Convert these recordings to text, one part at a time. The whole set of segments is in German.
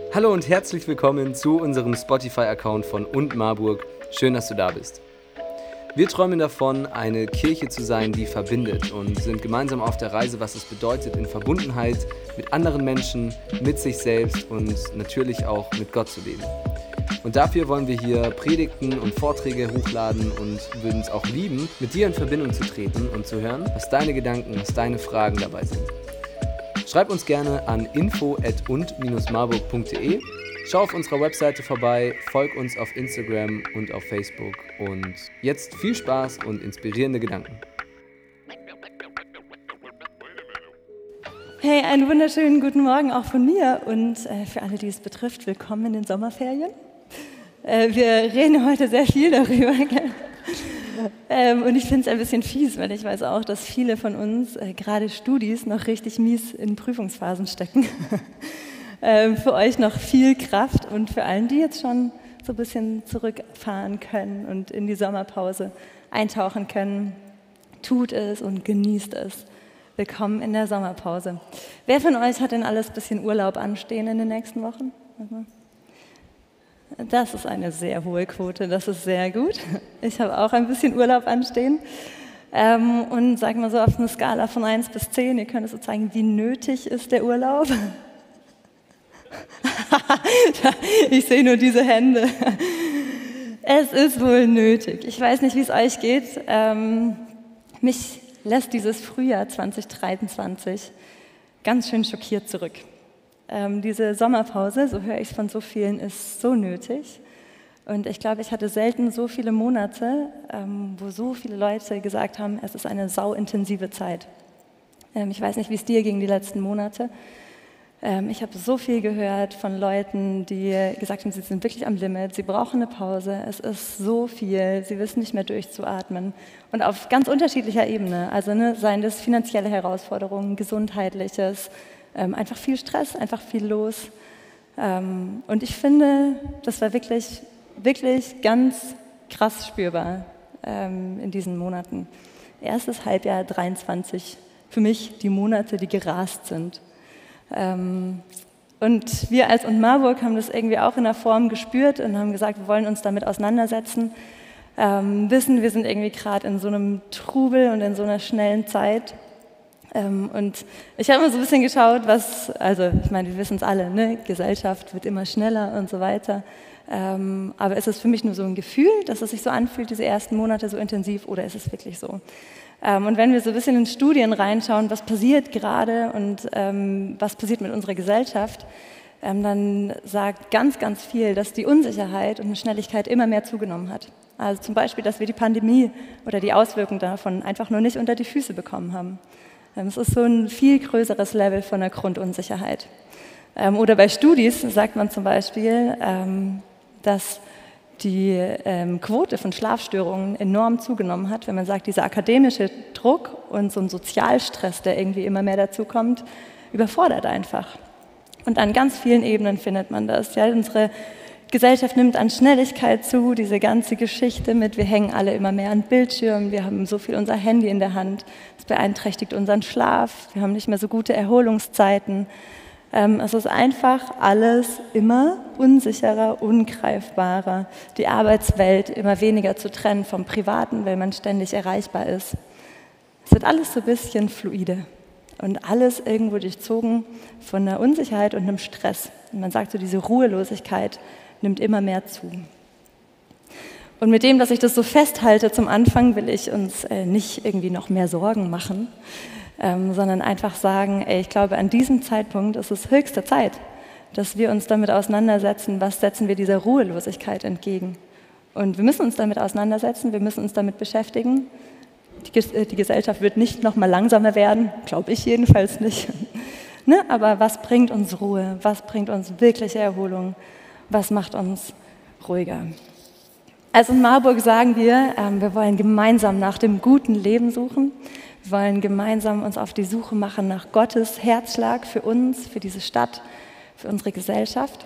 Hallo und herzlich willkommen zu unserem Spotify-Account von und Marburg. Schön, dass du da bist. Wir träumen davon, eine Kirche zu sein, die verbindet und sind gemeinsam auf der Reise, was es bedeutet, in Verbundenheit mit anderen Menschen, mit sich selbst und natürlich auch mit Gott zu leben. Und dafür wollen wir hier Predigten und Vorträge hochladen und würden es auch lieben, mit dir in Verbindung zu treten und zu hören, was deine Gedanken, was deine Fragen dabei sind. Schreib uns gerne an info@und-marburg.de. Schau auf unserer Webseite vorbei, folg uns auf Instagram und auf Facebook. Und jetzt viel Spaß und inspirierende Gedanken. Hey, einen wunderschönen guten Morgen auch von mir und für alle, die es betrifft, willkommen in den Sommerferien. Wir reden heute sehr viel darüber. Und ich finde es ein bisschen fies, weil ich weiß auch, dass viele von uns, gerade Studis, noch richtig mies in Prüfungsphasen stecken. Für euch noch viel Kraft und für allen, die jetzt schon so ein bisschen zurückfahren können und in die Sommerpause eintauchen können, tut es und genießt es. Willkommen in der Sommerpause. Wer von euch hat denn alles ein bisschen Urlaub anstehen in den nächsten Wochen? Das ist eine sehr hohe Quote, das ist sehr gut. Ich habe auch ein bisschen Urlaub anstehen. Und sagen wir so auf einer Skala von 1 bis 10, ihr könnt es so zeigen, wie nötig ist der Urlaub? Ich sehe nur diese Hände. Es ist wohl nötig. Ich weiß nicht, wie es euch geht. Mich lässt dieses Frühjahr 2023 ganz schön schockiert zurück. Diese Sommerpause, so höre ich es von so vielen, ist so nötig. Und ich glaube, ich hatte selten so viele Monate, wo so viele Leute gesagt haben, es ist eine sauintensive Zeit. Ich weiß nicht, wie es dir ging die letzten Monate. Ich habe so viel gehört von Leuten, die gesagt haben, sie sind wirklich am Limit, sie brauchen eine Pause, es ist so viel, sie wissen nicht mehr durchzuatmen. Und auf ganz unterschiedlicher Ebene, also seien das finanzielle Herausforderungen, gesundheitliches, einfach viel Stress, einfach viel los. Und ich finde, das war wirklich, wirklich ganz krass spürbar in diesen Monaten. Erstes Halbjahr 23, für mich die Monate, die gerast sind. Und wir als und Marburg haben das irgendwie auch in der Form gespürt und haben gesagt, wir wollen uns damit auseinandersetzen. Wissen, wir sind irgendwie gerade in so einem Trubel und in so einer schnellen Zeit. Und ich habe immer so ein bisschen geschaut, ich meine, wir wissen es alle, ne? Gesellschaft wird immer schneller und so weiter. Aber ist es für mich nur so ein Gefühl, dass es sich so anfühlt, diese ersten Monate so intensiv, oder ist es wirklich so? Und wenn wir so ein bisschen in Studien reinschauen, was passiert gerade und was passiert mit unserer Gesellschaft, dann sagt ganz, ganz viel, dass die Unsicherheit und eine Schnelligkeit immer mehr zugenommen hat. Also zum Beispiel, dass wir die Pandemie oder die Auswirkungen davon einfach nur nicht unter die Füße bekommen haben. Es ist so ein viel größeres Level von der Grundunsicherheit. Oder bei Studis sagt man zum Beispiel, dass die Quote von Schlafstörungen enorm zugenommen hat, wenn man sagt, dieser akademische Druck und so ein Sozialstress, der irgendwie immer mehr dazu kommt, überfordert einfach. Und an ganz vielen Ebenen findet man das. Ja, unsere Gesellschaft nimmt an Schnelligkeit zu, diese ganze Geschichte mit, wir hängen alle immer mehr an Bildschirmen, wir haben so viel unser Handy in der Hand, es beeinträchtigt unseren Schlaf, wir haben nicht mehr so gute Erholungszeiten. Es ist einfach alles immer unsicherer, ungreifbarer, die Arbeitswelt immer weniger zu trennen vom Privaten, weil man ständig erreichbar ist. Es wird alles so ein bisschen fluide und alles irgendwo durchzogen von einer Unsicherheit und einem Stress. Und man sagt so, diese Ruhelosigkeit nimmt immer mehr zu. Und mit dem, dass ich das so festhalte zum Anfang, will ich uns nicht irgendwie noch mehr Sorgen machen, sondern einfach sagen, ich glaube, an diesem Zeitpunkt ist es höchste Zeit, dass wir uns damit auseinandersetzen, was setzen wir dieser Ruhelosigkeit entgegen. Und wir müssen uns damit auseinandersetzen, wir müssen uns damit beschäftigen. Die Gesellschaft wird nicht noch mal langsamer werden, glaube ich jedenfalls nicht. Ne? Aber was bringt uns Ruhe? Was bringt uns wirkliche Erholung? Was macht uns ruhiger? Also in Marburg sagen wir wollen gemeinsam nach dem guten Leben suchen. Wir wollen gemeinsam uns auf die Suche machen nach Gottes Herzschlag für uns, für diese Stadt, für unsere Gesellschaft.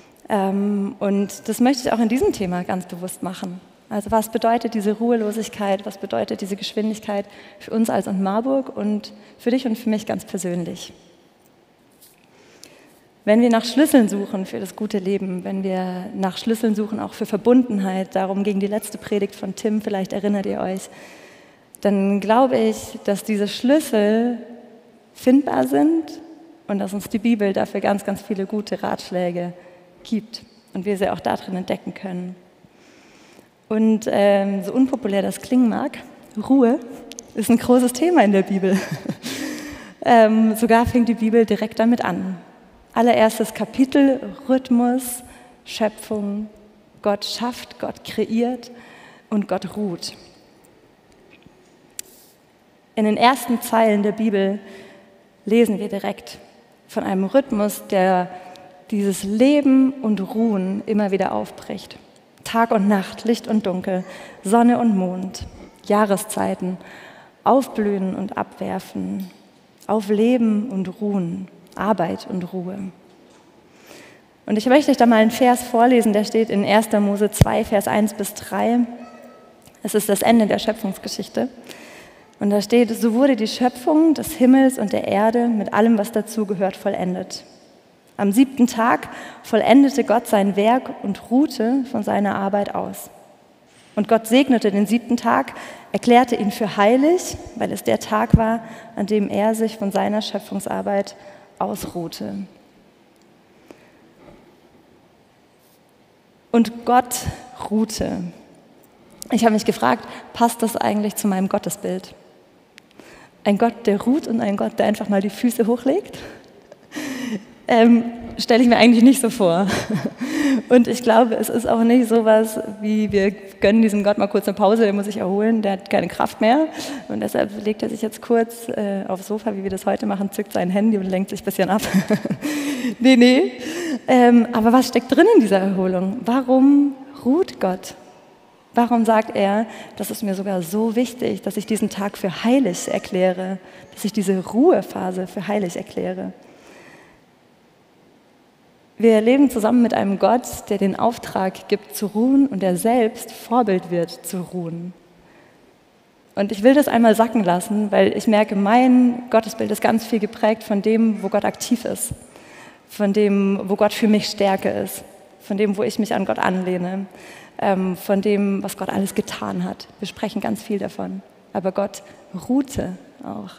Und das möchte ich auch in diesem Thema ganz bewusst machen. Also was bedeutet diese Ruhelosigkeit, was bedeutet diese Geschwindigkeit für uns als und Marburg und für dich und für mich ganz persönlich? Wenn wir nach Schlüsseln suchen für das gute Leben, wenn wir nach Schlüsseln suchen auch für Verbundenheit, darum ging die letzte Predigt von Tim, vielleicht erinnert ihr euch, dann glaube ich, dass diese Schlüssel findbar sind und dass uns die Bibel dafür ganz, ganz viele gute Ratschläge gibt und wir sie auch darin entdecken können. Und so unpopulär das klingen mag, Ruhe ist ein großes Thema in der Bibel. Sogar fängt die Bibel direkt damit an. Allererstes Kapitel, Rhythmus, Schöpfung, Gott schafft, Gott kreiert und Gott ruht. In den ersten Zeilen der Bibel lesen wir direkt von einem Rhythmus, der dieses Leben und Ruhen immer wieder aufbricht. Tag und Nacht, Licht und Dunkel, Sonne und Mond, Jahreszeiten, Aufblühen und Abwerfen, Aufleben und Ruhen, Arbeit und Ruhe. Und ich möchte euch da mal einen Vers vorlesen, der steht in 1. Mose 2, Vers 1 bis 3. Es ist das Ende der Schöpfungsgeschichte. Und da steht, so wurde die Schöpfung des Himmels und der Erde mit allem, was dazugehört, vollendet. Am 7. Tag vollendete Gott sein Werk und ruhte von seiner Arbeit aus. Und Gott segnete den 7. Tag, erklärte ihn für heilig, weil es der Tag war, an dem er sich von seiner Schöpfungsarbeit ausruhte. Und Gott ruhte. Ich habe mich gefragt, passt das eigentlich zu meinem Gottesbild? Ein Gott, der ruht und ein Gott, der einfach mal die Füße hochlegt? Stelle ich mir eigentlich nicht so vor. Und ich glaube, es ist auch nicht sowas wie, wir gönnen diesem Gott mal kurz eine Pause, der muss sich erholen, der hat keine Kraft mehr. Und deshalb legt er sich jetzt kurz aufs Sofa, wie wir das heute machen, zückt sein Handy und lenkt sich ein bisschen ab. Nee. Aber was steckt drin in dieser Erholung? Warum ruht Gott? Warum sagt er, das ist mir sogar so wichtig, dass ich diesen Tag für heilig erkläre, dass ich diese Ruhephase für heilig erkläre? Wir leben zusammen mit einem Gott, der den Auftrag gibt zu ruhen und der selbst Vorbild wird zu ruhen. Und ich will das einmal sacken lassen, weil ich merke, mein Gottesbild ist ganz viel geprägt von dem, wo Gott aktiv ist, von dem, wo Gott für mich Stärke ist, von dem, wo ich mich an Gott anlehne, von dem, was Gott alles getan hat. Wir sprechen ganz viel davon, aber Gott ruhte auch.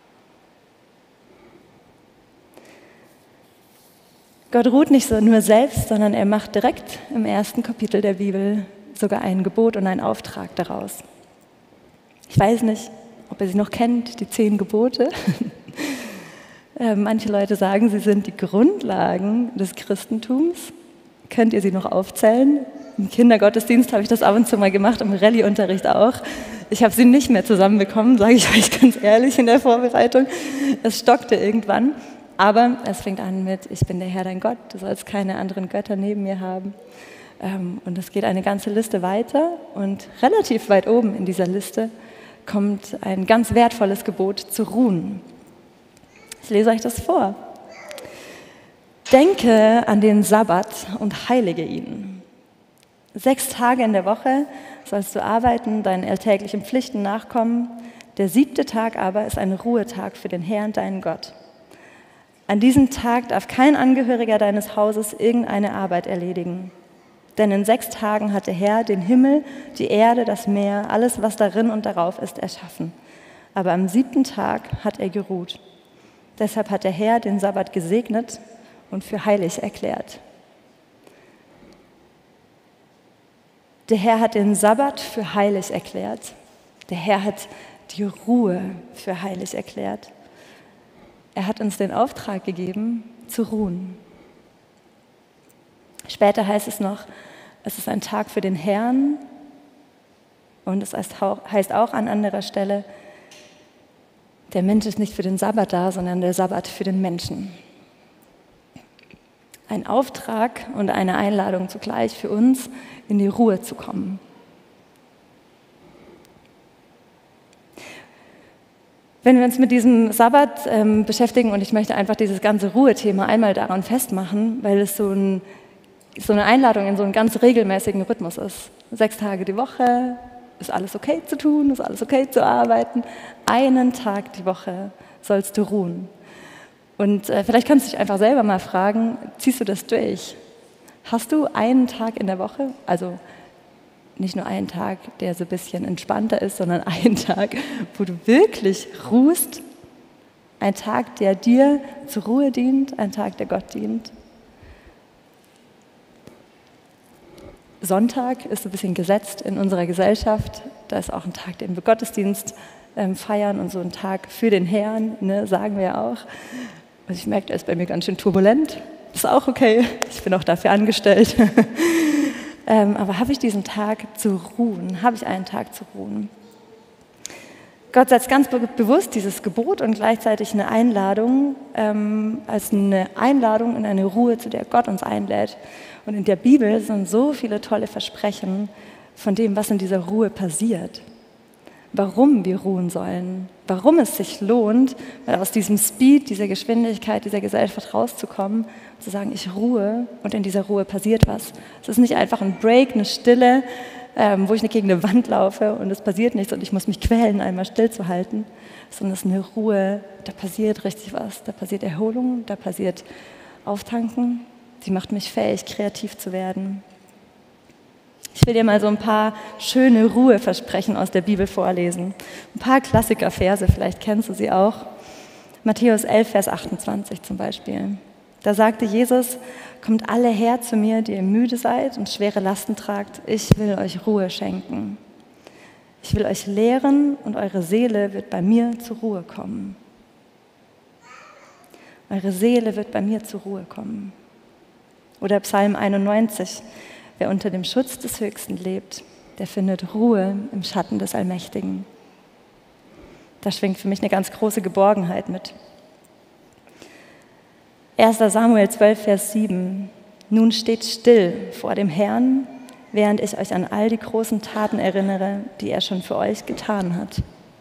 Gott ruht nicht so nur selbst, sondern er macht direkt im ersten Kapitel der Bibel sogar ein Gebot und einen Auftrag daraus. Ich weiß nicht, ob ihr sie noch kennt, die 10 Gebote. Manche Leute sagen, sie sind die Grundlagen des Christentums. Könnt ihr sie noch aufzählen? Im Kindergottesdienst habe ich das ab und zu mal gemacht, im Rallye-Unterricht auch. Ich habe sie nicht mehr zusammenbekommen, sage ich euch ganz ehrlich in der Vorbereitung. Es stockte irgendwann. Aber es fängt an mit, ich bin der Herr dein Gott, du sollst keine anderen Götter neben mir haben. Und es geht eine ganze Liste weiter und relativ weit oben in dieser Liste kommt ein ganz wertvolles Gebot zu ruhen. Ich lese euch das vor. Denke an den Sabbat und heilige ihn. 6 Tage in der Woche sollst du arbeiten, deinen alltäglichen Pflichten nachkommen. Der 7. Tag aber ist ein Ruhetag für den Herrn, deinen Gott. An diesem Tag darf kein Angehöriger deines Hauses irgendeine Arbeit erledigen. Denn in 6 Tagen hat der Herr den Himmel, die Erde, das Meer, alles, was darin und darauf ist, erschaffen. Aber am 7. Tag hat er geruht. Deshalb hat der Herr den Sabbat gesegnet und für heilig erklärt. Der Herr hat den Sabbat für heilig erklärt. Der Herr hat die Ruhe für heilig erklärt. Er hat uns den Auftrag gegeben, zu ruhen. Später heißt es noch, es ist ein Tag für den Herrn und es heißt auch an anderer Stelle, der Mensch ist nicht für den Sabbat da, sondern der Sabbat für den Menschen. Ein Auftrag und eine Einladung zugleich für uns, in die Ruhe zu kommen. Wenn wir uns mit diesem Sabbat beschäftigen, und ich möchte einfach dieses ganze Ruhethema einmal daran festmachen, weil es so eine Einladung in so einen ganz regelmäßigen Rhythmus ist. 6 Tage die Woche, ist alles okay zu tun, ist alles okay zu arbeiten. Einen Tag die Woche sollst du ruhen. Und vielleicht kannst du dich einfach selber mal fragen, ziehst du das durch? Hast du einen Tag in der Woche, also nicht nur einen Tag, der so ein bisschen entspannter ist, sondern einen Tag, wo du wirklich ruhst, ein Tag, der dir zur Ruhe dient, ein Tag, der Gott dient? Sonntag ist so ein bisschen gesetzt in unserer Gesellschaft. Da ist auch ein Tag, den wir Gottesdienst feiern und so ein Tag für den Herrn, ne, sagen wir ja auch. Und ich merke, der ist bei mir ganz schön turbulent. Ist auch okay, ich bin auch dafür angestellt. Aber habe ich diesen Tag zu ruhen? Habe ich einen Tag zu ruhen? Gott setzt ganz bewusst dieses Gebot und gleichzeitig eine Einladung, als eine Einladung in eine Ruhe, zu der Gott uns einlädt. Und in der Bibel sind so viele tolle Versprechen von dem, was in dieser Ruhe passiert. Warum wir ruhen sollen, warum es sich lohnt, aus diesem Speed, dieser Geschwindigkeit, dieser Gesellschaft rauszukommen, zu sagen, ich ruhe und in dieser Ruhe passiert was. Es ist nicht einfach ein Break, eine Stille, wo ich gegen eine Wand laufe und es passiert nichts und ich muss mich quälen, einmal stillzuhalten, sondern es ist eine Ruhe, da passiert richtig was, da passiert Erholung, da passiert Auftanken, sie macht mich fähig, kreativ zu werden. Ich will dir mal so ein paar schöne Ruheversprechen aus der Bibel vorlesen. Ein paar Klassikerverse, vielleicht kennst du sie auch. Matthäus 11, Vers 28 zum Beispiel. Da sagte Jesus, kommt alle her zu mir, die ihr müde seid und schwere Lasten tragt. Ich will euch Ruhe schenken. Ich will euch lehren und eure Seele wird bei mir zur Ruhe kommen. Eure Seele wird bei mir zur Ruhe kommen. Oder Psalm 91. Wer unter dem Schutz des Höchsten lebt, der findet Ruhe im Schatten des Allmächtigen. Da schwingt für mich eine ganz große Geborgenheit mit. 1. Samuel 12, Vers 7. Nun steht still vor dem Herrn, während ich euch an all die großen Taten erinnere, die er schon für euch getan hat.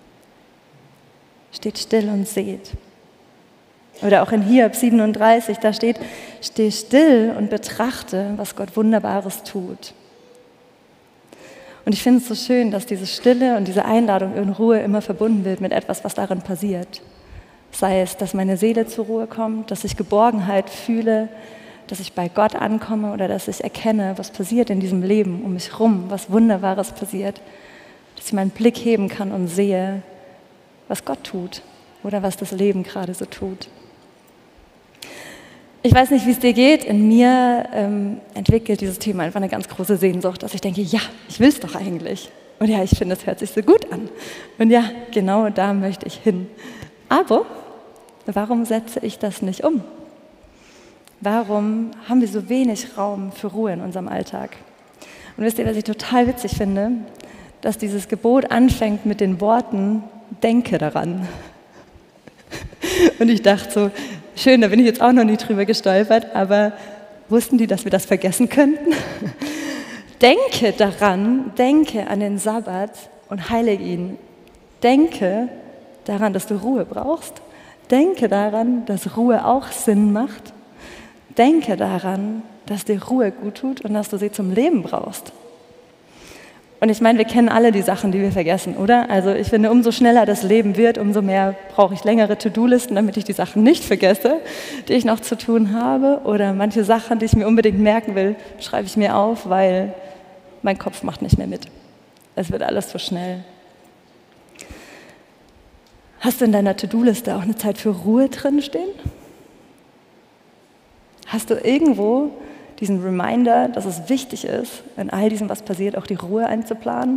Steht still und seht. Oder auch in Hiob 37, da steht, steh still und betrachte, was Gott Wunderbares tut. Und ich finde es so schön, dass diese Stille und diese Einladung in Ruhe immer verbunden wird mit etwas, was darin passiert. Sei es, dass meine Seele zur Ruhe kommt, dass ich Geborgenheit fühle, dass ich bei Gott ankomme oder dass ich erkenne, was passiert in diesem Leben um mich herum, was Wunderbares passiert, dass ich meinen Blick heben kann und sehe, was Gott tut oder was das Leben gerade so tut. Ich weiß nicht, wie es dir geht. In mir entwickelt dieses Thema einfach eine ganz große Sehnsucht, dass ich denke, ja, ich will es doch eigentlich. Und ja, ich finde, es hört sich so gut an. Und ja, genau da möchte ich hin. Aber warum setze ich das nicht um? Warum haben wir so wenig Raum für Ruhe in unserem Alltag? Und wisst ihr, was ich total witzig finde? Dass dieses Gebot anfängt mit den Worten, denke daran. Und ich dachte so, schön, da bin ich jetzt auch noch nie drüber gestolpert, aber wussten die, dass wir das vergessen könnten? Denke daran, denke an den Sabbat und heilige ihn. Denke daran, dass du Ruhe brauchst. Denke daran, dass Ruhe auch Sinn macht. Denke daran, dass dir Ruhe gut tut und dass du sie zum Leben brauchst. Und ich meine, wir kennen alle die Sachen, die wir vergessen, oder? Also ich finde, umso schneller das Leben wird, umso mehr brauche ich längere To-Do-Listen, damit ich die Sachen nicht vergesse, die ich noch zu tun habe. Oder manche Sachen, die ich mir unbedingt merken will, schreibe ich mir auf, weil mein Kopf macht nicht mehr mit. Es wird alles so schnell. Hast du in deiner To-Do-Liste auch eine Zeit für Ruhe drinstehen? Hast du irgendwo diesen Reminder, dass es wichtig ist, in all diesem, was passiert, auch die Ruhe einzuplanen?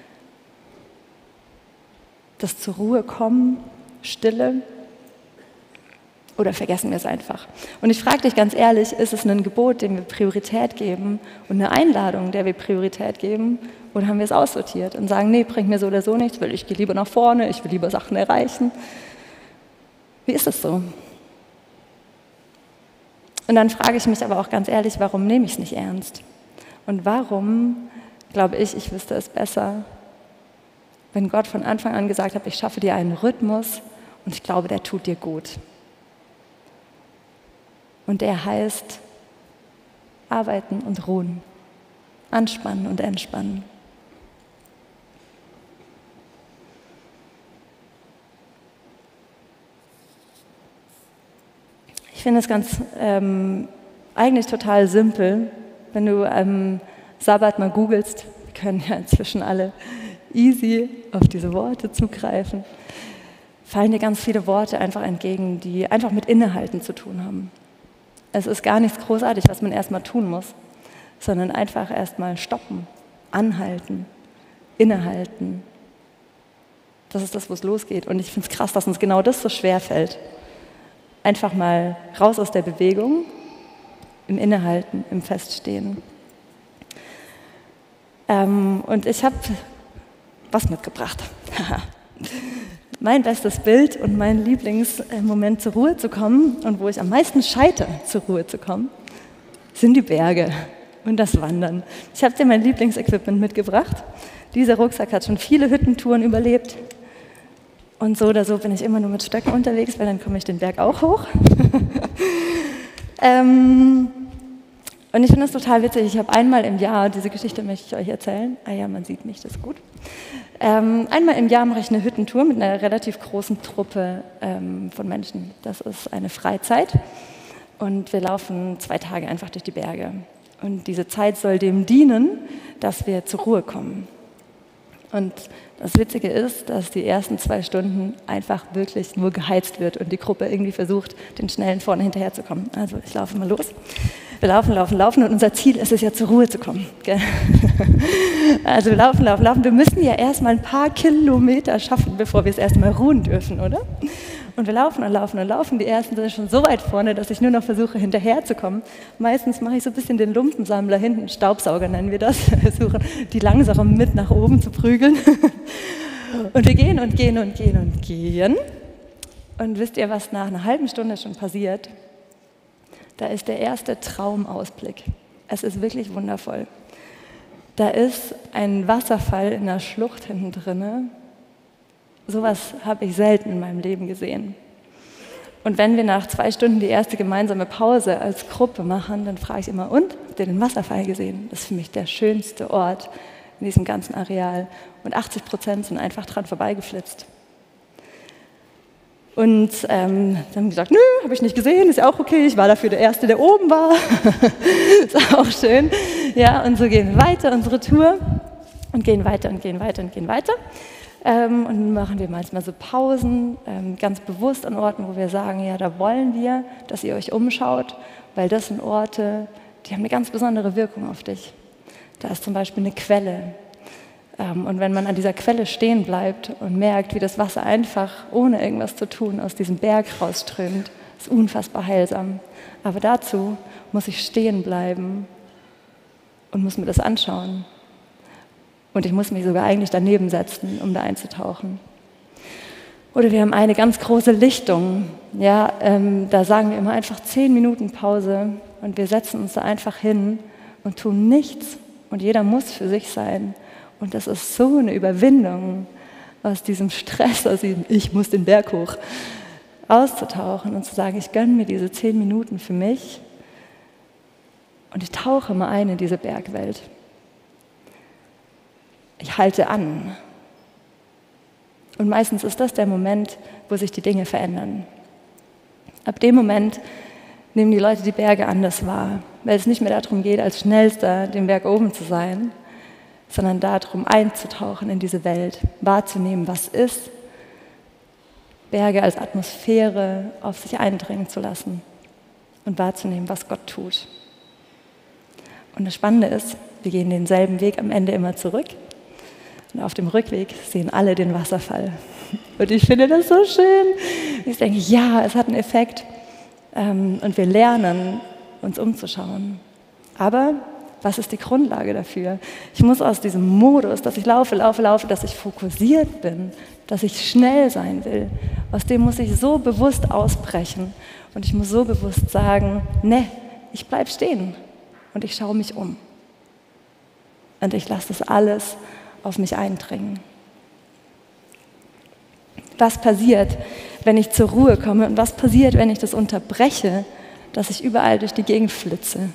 Das zur Ruhe kommen, Stille? Oder vergessen wir es einfach? Und ich frage dich ganz ehrlich, ist es ein Gebot, dem wir Priorität geben und eine Einladung, der wir Priorität geben? Oder haben wir es aussortiert und sagen, nee, bringt mir so oder so nichts, weil ich gehe lieber nach vorne, ich will lieber Sachen erreichen? Wie ist das so? Und dann frage ich mich aber auch ganz ehrlich, warum nehme ich es nicht ernst? Und warum glaube ich, ich wüsste es besser, wenn Gott von Anfang an gesagt hat, ich schaffe dir einen Rhythmus und ich glaube, der tut dir gut. Und der heißt arbeiten und ruhen, anspannen und entspannen. finde es ganz eigentlich total simpel, wenn du am Sabbat mal googelst. Wir können ja inzwischen alle easy auf diese Worte zugreifen. Fallen dir ganz viele Worte einfach entgegen, die einfach mit Innehalten zu tun haben. Es ist gar nichts großartig, was man erstmal tun muss, sondern einfach erstmal stoppen, anhalten, innehalten. Das ist das, wo es losgeht. Und ich finde es krass, dass uns genau das so schwer fällt. Einfach mal raus aus der Bewegung, im Innehalten, im Feststehen. Und ich habe was mitgebracht. Mein bestes Bild und mein Lieblingsmoment, zur Ruhe zu kommen und wo ich am meisten scheitere, zur Ruhe zu kommen, sind die Berge und das Wandern. Ich habe dir mein Lieblingsequipment mitgebracht. Dieser Rucksack hat schon viele Hüttentouren überlebt. Und so oder so bin ich immer nur mit Stöcken unterwegs, weil dann komme ich den Berg auch hoch. Und ich finde das total witzig. Ich habe einmal im Jahr, diese Geschichte möchte ich euch erzählen. Ah ja, man sieht mich, das ist gut. Einmal im Jahr mache ich eine Hüttentour mit einer relativ großen Truppe von Menschen. Das ist eine Freizeit und wir laufen 2 Tage einfach durch die Berge. Und diese Zeit soll dem dienen, dass wir zur Ruhe kommen. Und das Witzige ist, dass die ersten 2 Stunden einfach wirklich nur geheizt wird und die Gruppe irgendwie versucht, den Schnellen vorne hinterherzukommen. Also ich laufe mal los. Wir laufen und unser Ziel ist es ja, zur Ruhe zu kommen. Gell? Also wir laufen. Wir müssen ja erstmal ein paar Kilometer schaffen, bevor wir es erstmal ruhen dürfen, oder? Und wir laufen. Die ersten sind schon so weit vorne, dass ich nur noch versuche, hinterherzukommen. Meistens mache ich so ein bisschen den Lumpensammler hinten, Staubsauger nennen wir das. Wir versuchen, die langsam mit nach oben zu prügeln. Und wir gehen. Und wisst ihr, was nach einer halben Stunde schon passiert? Da ist der erste Traumausblick. Es ist wirklich wundervoll. Da ist ein Wasserfall in der Schlucht hinten drin. Sowas habe ich selten in meinem Leben gesehen. Und wenn wir nach 2 Stunden die erste gemeinsame Pause als Gruppe machen, dann frage ich immer, und, habt ihr den Wasserfall gesehen? Das ist für mich der schönste Ort in diesem ganzen Areal. Und 80% sind einfach dran vorbeigeflitzt. Und dann haben wir gesagt, nö, habe ich nicht gesehen, ist ja auch okay, ich war dafür der Erste, der oben war. Ist auch schön. Ja, und so gehen wir weiter, unsere Tour, und gehen weiter. Und machen wir manchmal so Pausen, ganz bewusst an Orten, wo wir sagen, ja, da wollen wir, dass ihr euch umschaut, weil das sind Orte, die haben eine ganz besondere Wirkung auf dich. Da ist zum Beispiel eine Quelle. Und wenn man an dieser Quelle stehen bleibt und merkt, wie das Wasser einfach, ohne irgendwas zu tun, aus diesem Berg rausströmt, ist unfassbar heilsam. Aber dazu muss ich stehen bleiben und muss mir das anschauen. Und ich muss mich sogar eigentlich daneben setzen, um da einzutauchen. Oder wir haben eine ganz große Lichtung. Ja, da sagen wir immer einfach 10 Minuten Pause und wir setzen uns da einfach hin und tun nichts. Und jeder muss für sich sein. Und das ist so eine Überwindung, aus diesem Stress, aus diesem Ich muss den Berg hoch, auszutauchen und zu sagen, ich gönne mir diese 10 Minuten für mich und ich tauche mal ein in diese Bergwelt. Ich halte an. Und meistens ist das der Moment, wo sich die Dinge verändern. Ab dem Moment nehmen die Leute die Berge anders wahr, weil es nicht mehr darum geht, als Schnellster den Berg oben zu sein, sondern darum, einzutauchen in diese Welt, wahrzunehmen, was ist, Berge als Atmosphäre auf sich eindringen zu lassen und wahrzunehmen, was Gott tut. Und das Spannende ist, wir gehen denselben Weg am Ende immer zurück und auf dem Rückweg sehen alle den Wasserfall. Und ich finde das so schön. Ich denke, ja, es hat einen Effekt und wir lernen, uns umzuschauen. Aber was ist die Grundlage dafür? Ich muss aus diesem Modus, dass ich laufe, dass ich fokussiert bin, dass ich schnell sein will, aus dem muss ich so bewusst ausbrechen. Und ich muss so bewusst sagen, ne, ich bleib stehen und ich schaue mich um. Und ich lasse das alles auf mich eindringen. Was passiert, wenn ich zur Ruhe komme? Und was passiert, wenn ich das unterbreche, dass ich überall durch die Gegend flitze?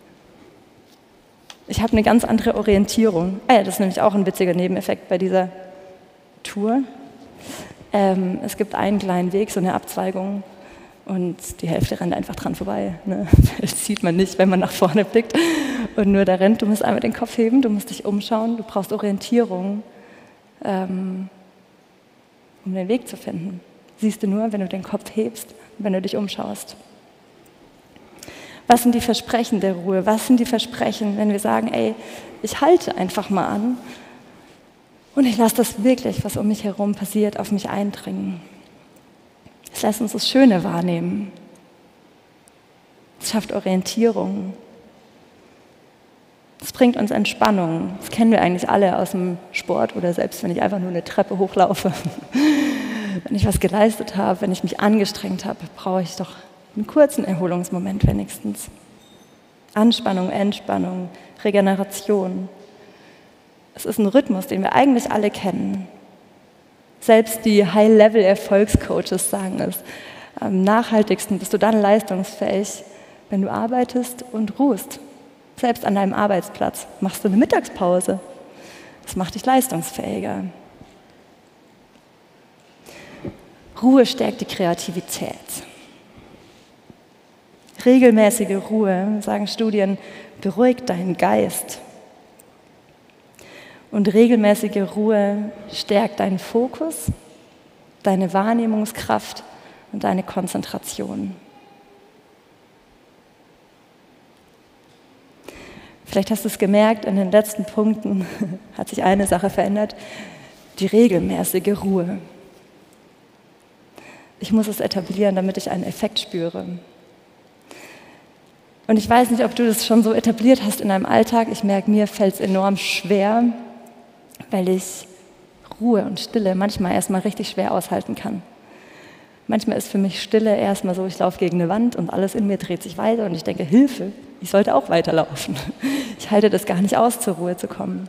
Ich habe eine ganz andere Orientierung. Das ist nämlich auch ein witziger Nebeneffekt bei dieser Tour. Es gibt einen kleinen Weg, so eine Abzweigung, und die Hälfte rennt einfach dran vorbei. Ne? Das sieht man nicht, wenn man nach vorne blickt und nur da rennt. Du musst einmal den Kopf heben, du musst dich umschauen, du brauchst Orientierung, um den Weg zu finden. Siehst du nur, wenn du den Kopf hebst, wenn du dich umschaust. Was sind die Versprechen der Ruhe? Was sind die Versprechen, wenn wir sagen, ey, ich halte einfach mal an und ich lasse das wirklich, was um mich herum passiert, auf mich eindringen. Es lässt uns das Schöne wahrnehmen. Es schafft Orientierung. Es bringt uns Entspannung. Das kennen wir eigentlich alle aus dem Sport oder selbst wenn ich einfach nur eine Treppe hochlaufe. Wenn ich was geleistet habe, wenn ich mich angestrengt habe, brauche ich doch einen kurzen Erholungsmoment wenigstens. Anspannung, Entspannung, Regeneration. Es ist ein Rhythmus, den wir eigentlich alle kennen. Selbst die High-Level-Erfolgscoaches sagen es. Am nachhaltigsten bist du dann leistungsfähig, wenn du arbeitest und ruhst. Selbst an deinem Arbeitsplatz machst du eine Mittagspause. Das macht dich leistungsfähiger. Ruhe stärkt die Kreativität. Regelmäßige Ruhe, sagen Studien, beruhigt deinen Geist. Und regelmäßige Ruhe stärkt deinen Fokus, deine Wahrnehmungskraft und deine Konzentration. Vielleicht hast du es gemerkt, in den letzten Punkten hat sich eine Sache verändert, die regelmäßige Ruhe. Ich muss es etablieren, damit ich einen Effekt spüre. Und ich weiß nicht, ob du das schon so etabliert hast in deinem Alltag. Ich merke, mir fällt es enorm schwer, weil ich Ruhe und Stille manchmal erstmal richtig schwer aushalten kann. Manchmal ist für mich Stille erstmal so, ich laufe gegen eine Wand und alles in mir dreht sich weiter und ich denke, Hilfe, ich sollte auch weiterlaufen. Ich halte das gar nicht aus, zur Ruhe zu kommen.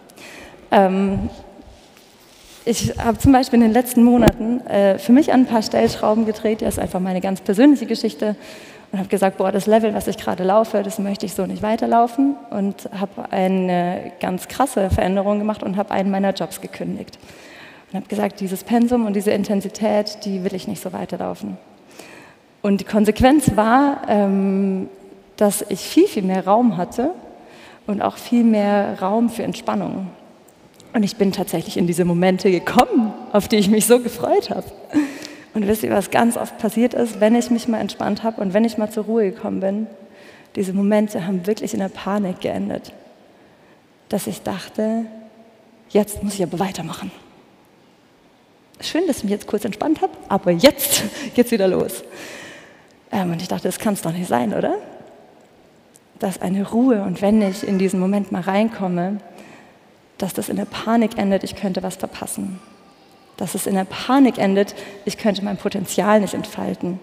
Ich habe zum Beispiel in den letzten Monaten für mich an ein paar Stellschrauben gedreht. Das ist einfach meine ganz persönliche Geschichte. Und habe gesagt, das Level, was ich gerade laufe, das möchte ich so nicht weiterlaufen. Und habe eine ganz krasse Veränderung gemacht und habe einen meiner Jobs gekündigt. Und habe gesagt, dieses Pensum und diese Intensität, die will ich nicht so weiterlaufen. Und die Konsequenz war, dass ich viel, viel mehr Raum hatte und auch viel mehr Raum für Entspannung. Und ich bin tatsächlich in diese Momente gekommen, auf die ich mich so gefreut habe. Und wisst ihr, was ganz oft passiert ist, wenn ich mich mal entspannt habe und wenn ich mal zur Ruhe gekommen bin? Diese Momente haben wirklich in der Panik geendet. Dass ich dachte, jetzt muss ich aber weitermachen. Schön, dass ich mich jetzt kurz entspannt habe, aber jetzt geht's wieder los. Und ich dachte, das kann es doch nicht sein, oder? Dass eine Ruhe und wenn ich in diesen Moment mal reinkomme, dass das in der Panik endet, ich könnte was verpassen. Dass es in der Panik endet, ich könnte mein Potenzial nicht entfalten.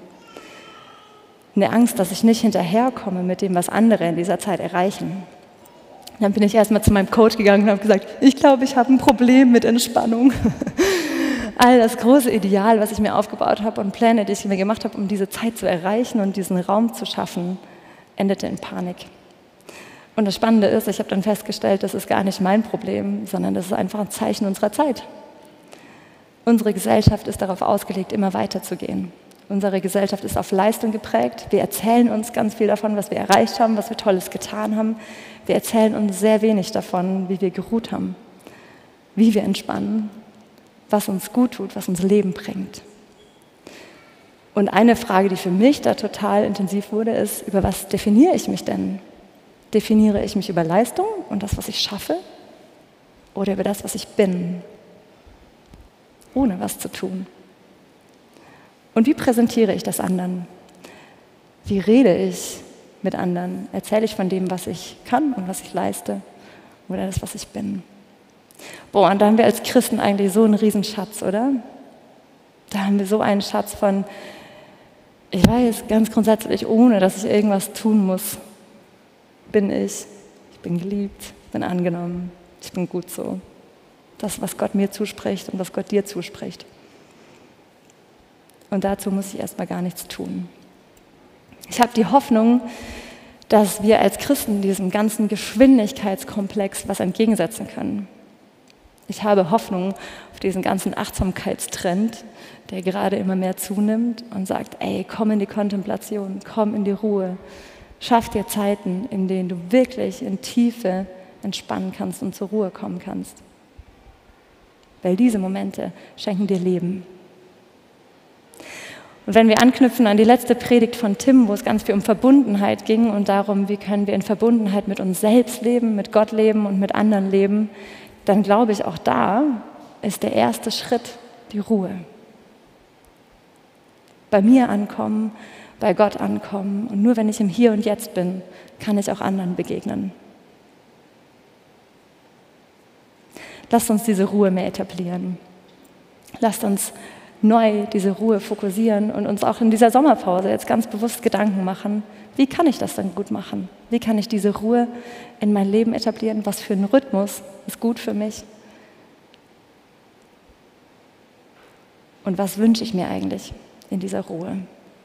Eine Angst, dass ich nicht hinterherkomme mit dem, was andere in dieser Zeit erreichen. Dann bin ich erstmal zu meinem Coach gegangen und habe gesagt, ich glaube, ich habe ein Problem mit Entspannung. All das große Ideal, was ich mir aufgebaut habe und Pläne, die ich mir gemacht habe, um diese Zeit zu erreichen und diesen Raum zu schaffen, endete in Panik. Und das Spannende ist, ich habe dann festgestellt, das ist gar nicht mein Problem, sondern das ist einfach ein Zeichen unserer Zeit. Unsere Gesellschaft ist darauf ausgelegt, immer weiterzugehen. Unsere Gesellschaft ist auf Leistung geprägt. Wir erzählen uns ganz viel davon, was wir erreicht haben, was wir Tolles getan haben. Wir erzählen uns sehr wenig davon, wie wir geruht haben, wie wir entspannen, was uns gut tut, was uns Leben bringt. Und eine Frage, die für mich da total intensiv wurde, ist, über was definiere ich mich denn? Definiere ich mich über Leistung und das, was ich schaffe? Oder über das, was ich bin, ohne was zu tun? Und wie präsentiere ich das anderen? Wie rede ich mit anderen? Erzähle ich von dem, was ich kann und was ich leiste? Oder das, was ich bin? Und da haben wir als Christen eigentlich so einen Riesenschatz, oder? Da haben wir so einen Schatz von, ich weiß ganz grundsätzlich, ohne dass ich irgendwas tun muss, bin ich bin geliebt, bin angenommen, ich bin gut so. Das, was Gott mir zuspricht und was Gott dir zuspricht. Und dazu muss ich erstmal gar nichts tun. Ich habe die Hoffnung, dass wir als Christen diesem ganzen Geschwindigkeitskomplex was entgegensetzen können. Ich habe Hoffnung auf diesen ganzen Achtsamkeitstrend, der gerade immer mehr zunimmt und sagt, ey, komm in die Kontemplation, komm in die Ruhe. Schaff dir Zeiten, in denen du wirklich in Tiefe entspannen kannst und zur Ruhe kommen kannst. Weil diese Momente schenken dir Leben. Und wenn wir anknüpfen an die letzte Predigt von Tim, wo es ganz viel um Verbundenheit ging und darum, wie können wir in Verbundenheit mit uns selbst leben, mit Gott leben und mit anderen leben, dann glaube ich, auch da ist der erste Schritt die Ruhe. Bei mir ankommen, bei Gott ankommen. Und nur wenn ich im Hier und Jetzt bin, kann ich auch anderen begegnen. Lasst uns diese Ruhe mehr etablieren. Lasst uns neu diese Ruhe fokussieren und uns auch in dieser Sommerpause jetzt ganz bewusst Gedanken machen, wie kann ich das dann gut machen? Wie kann ich diese Ruhe in mein Leben etablieren? Was für ein Rhythmus ist gut für mich? Und was wünsche ich mir eigentlich in dieser Ruhe?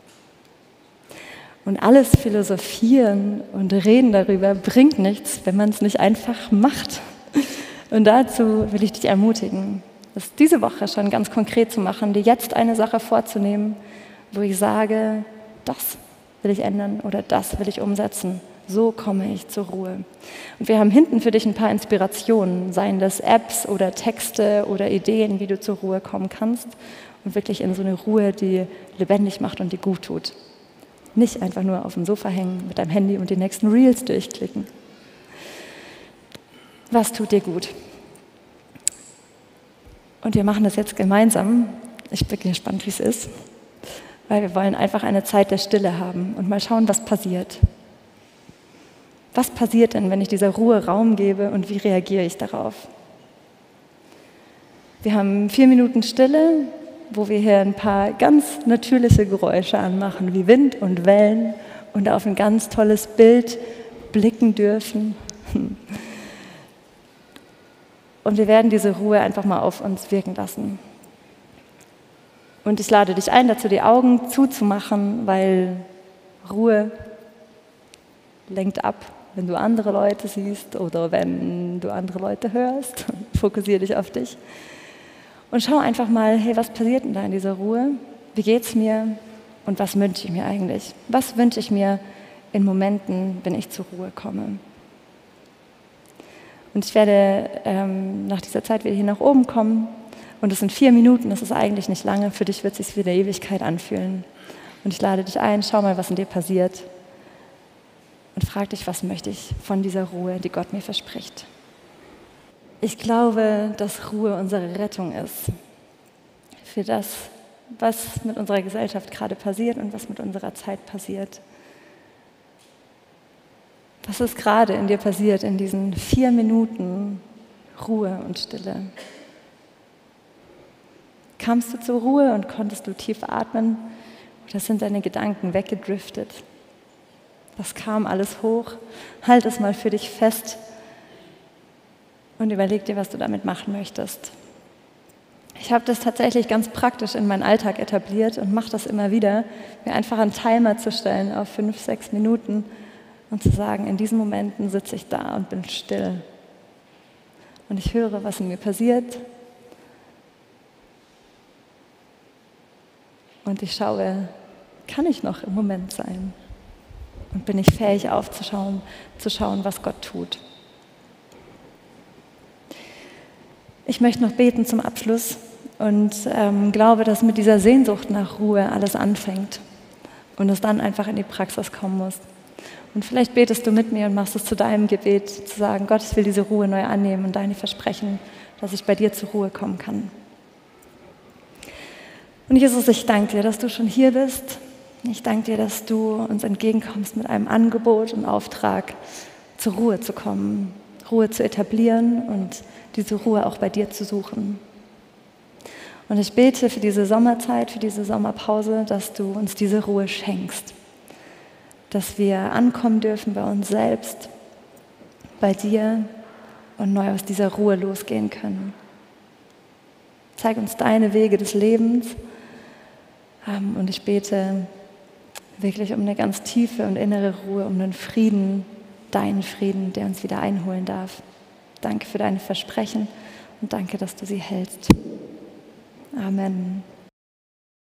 Und alles philosophieren und reden darüber bringt nichts, wenn man es nicht einfach macht. Und dazu will ich dich ermutigen, das diese Woche schon ganz konkret zu machen, dir jetzt eine Sache vorzunehmen, wo ich sage, das will ich ändern oder das will ich umsetzen. So komme ich zur Ruhe. Und wir haben hinten für dich ein paar Inspirationen, seien das Apps oder Texte oder Ideen, wie du zur Ruhe kommen kannst und wirklich in so eine Ruhe, die lebendig macht und die gut tut. Nicht einfach nur auf dem Sofa hängen mit deinem Handy und die nächsten Reels durchklicken. Was tut dir gut? Und wir machen das jetzt gemeinsam. Ich bin gespannt, wie es ist, weil wir wollen einfach eine Zeit der Stille haben und mal schauen, was passiert. Was passiert denn, wenn ich dieser Ruhe Raum gebe und wie reagiere ich darauf? Wir haben 4 Minuten Stille, wo wir hier ein paar ganz natürliche Geräusche anmachen, wie Wind und Wellen und auf ein ganz tolles Bild blicken dürfen. Und wir werden diese Ruhe einfach mal auf uns wirken lassen. Und ich lade dich ein, dazu die Augen zuzumachen, weil Ruhe lenkt ab, wenn du andere Leute siehst oder wenn du andere Leute hörst. Fokussiere dich auf dich. Und schau einfach mal, hey, was passiert denn da in dieser Ruhe? Wie geht's mir? Und was wünsche ich mir eigentlich? Was wünsche ich mir in Momenten, wenn ich zur Ruhe komme? Und ich werde nach dieser Zeit wieder hier nach oben kommen. Und es sind 4 Minuten, das ist eigentlich nicht lange. Für dich wird es sich wie eine Ewigkeit anfühlen. Und ich lade dich ein, schau mal, was in dir passiert. Und frag dich, was möchte ich von dieser Ruhe, die Gott mir verspricht. Ich glaube, dass Ruhe unsere Rettung ist. Für das, was mit unserer Gesellschaft gerade passiert und was mit unserer Zeit passiert. Was ist gerade in dir passiert in diesen 4 Minuten Ruhe und Stille? Kamst du zur Ruhe und konntest du tief atmen oder sind deine Gedanken weggedriftet? Was kam alles hoch? Halt es mal für dich fest und überleg dir, was du damit machen möchtest. Ich habe das tatsächlich ganz praktisch in meinen Alltag etabliert und mache das immer wieder, mir einfach einen Timer zu stellen auf 5, 6 Minuten und zu sagen, in diesen Momenten sitze ich da und bin still. Und ich höre, was in mir passiert. Und ich schaue, kann ich noch im Moment sein? Und bin ich fähig aufzuschauen, zu schauen, was Gott tut? Ich möchte noch beten zum Abschluss und glaube, dass mit dieser Sehnsucht nach Ruhe alles anfängt und es dann einfach in die Praxis kommen muss. Und vielleicht betest du mit mir und machst es zu deinem Gebet, zu sagen, Gott, ich will diese Ruhe neu annehmen und deine Versprechen, dass ich bei dir zur Ruhe kommen kann. Und Jesus, ich danke dir, dass du schon hier bist. Ich danke dir, dass du uns entgegenkommst mit einem Angebot und Auftrag, zur Ruhe zu kommen, Ruhe zu etablieren und diese Ruhe auch bei dir zu suchen. Und ich bete für diese Sommerzeit, für diese Sommerpause, dass du uns diese Ruhe schenkst, dass wir ankommen dürfen bei uns selbst, bei dir und neu aus dieser Ruhe losgehen können. Zeig uns deine Wege des Lebens und ich bete wirklich um eine ganz tiefe und innere Ruhe, um einen Frieden, deinen Frieden, der uns wieder einholen darf. Danke für deine Versprechen und danke, dass du sie hältst. Amen.